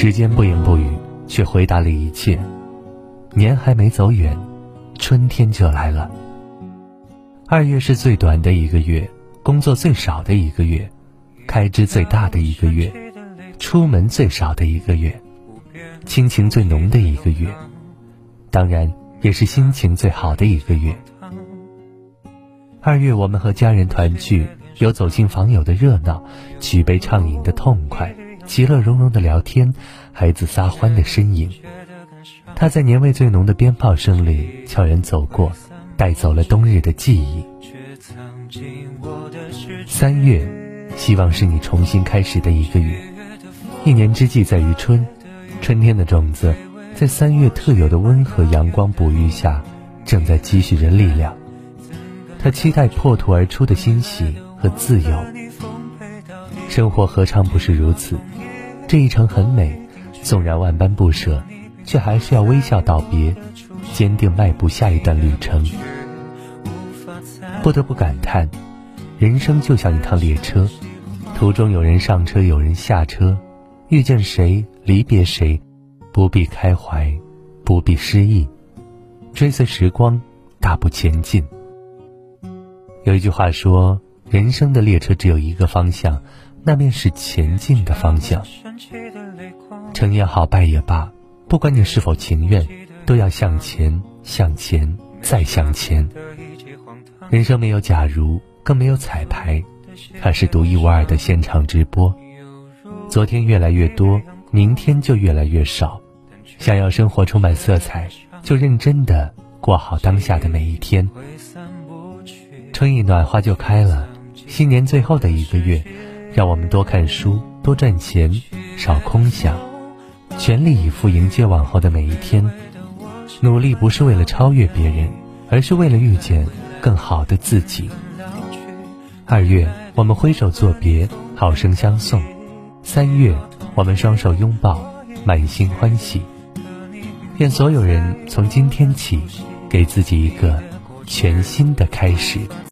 时间不言不语，却回答了一切。年还没走远，春天就来了。2月是最短的一个月，工作最少的一个月，开支最大的一个月，出门最少的一个月，亲情最浓的一个月，当然也是心情最好的一个月。2月我们和家人团聚，有走进访友的热闹，举杯畅饮的痛快，其乐融融的聊天，孩子撒欢的身影。他在年味最浓的鞭炮声里悄然走过，带走了冬日的记忆。3月希望是你重新开始的一个月。一年之计在于春，春天的种子在3月特有的温和阳光哺育下，正在积蓄着力量。他期待破土而出的欣喜和自由。生活何尝不是如此？这一程很美，纵然万般不舍，却还是要微笑道别，坚定迈步下一段旅程。不得不感叹，人生就像一趟列车，途中有人上车，有人下车，遇见谁，离别谁，不必开怀，不必失意，追随时光，大步前进。有一句话说，人生的列车只有一个方向，那便是前进的方向。成也好，败也罢，不管你是否情愿，都要向前，向前，再向前。人生没有假如，更没有彩排，它是独一无二的现场直播。昨天越来越多，明天就越来越少。想要生活充满色彩，就认真地过好当下的每一天。春意暖花就开了，新年最后的一个月，让我们多看书，多赚钱，少空想，全力以赴迎接往后的每一天。努力不是为了超越别人，而是为了遇见更好的自己。2月我们挥手作别，好生相送。3月我们双手拥抱，满心欢喜。愿所有人从今天起，给自己一个全新的开始。